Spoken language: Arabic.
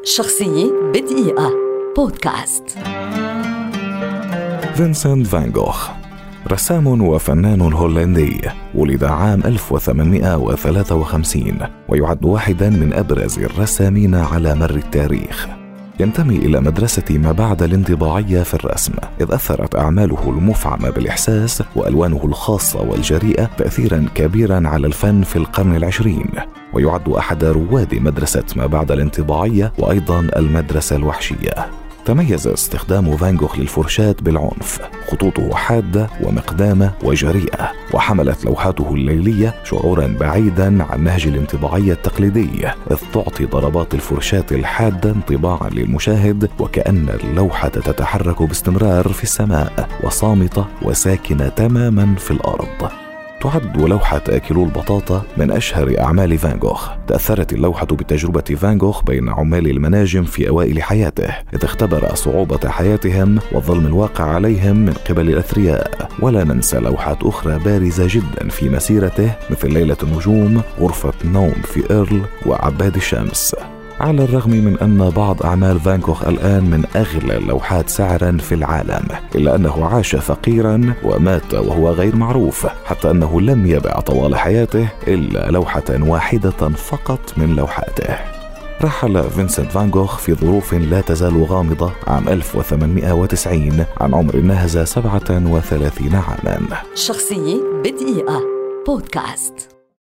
شخصية بدقيقة بودكاست. فينسنت فان غوخ رسام وفنان هولندي، ولد عام 1853 ويعد واحدا من أبرز الرسامين على مر التاريخ. ينتمي إلى مدرسة ما بعد الانطباعية في الرسم، إذ أثرت أعماله المفعمة بالإحساس وألوانه الخاصة والجريئة تأثيرا كبيرا على الفن في القرن العشرين، ويعد أحد رواد مدرسة ما بعد الانطباعية وأيضا المدرسة الوحشية. تميز استخدام فان غوخ للفرشاة بالعنف، خطوطه حادة ومقدامة وجريئة، وحملت لوحاته الليلية شعورا بعيدا عن نهج الانطباعية التقليدي، إذ تعطي ضربات الفرشاة الحادة انطباعا للمشاهد وكأن اللوحة تتحرك باستمرار في السماء وصامتة وساكنة تماما في الأرض. تعد لوحة آكلو البطاطا من أشهر أعمال فان غوخ. تأثرت اللوحة بتجربة فان غوخ بين عمال المناجم في أوائل حياته، إذ اختبر صعوبة حياتهم والظلم الواقع عليهم من قبل الأثرياء. ولا ننسى لوحات أخرى بارزة جدا في مسيرته، مثل ليلة النجوم، غرفة النوم في إيرل، وعباد الشمس. على الرغم من أن بعض أعمال فان غوخ الآن من أغلى اللوحات سعرا في العالم، إلا أنه عاش فقيرا ومات وهو غير معروف، حتى أنه لم يبع طوال حياته إلا لوحة واحدة فقط من لوحاته. رحل فينسنت فان غوخ في ظروف لا تزال غامضة عام 1890 عن عمر ناهز 37 عاما. شخصية بدقيقة بودكاست.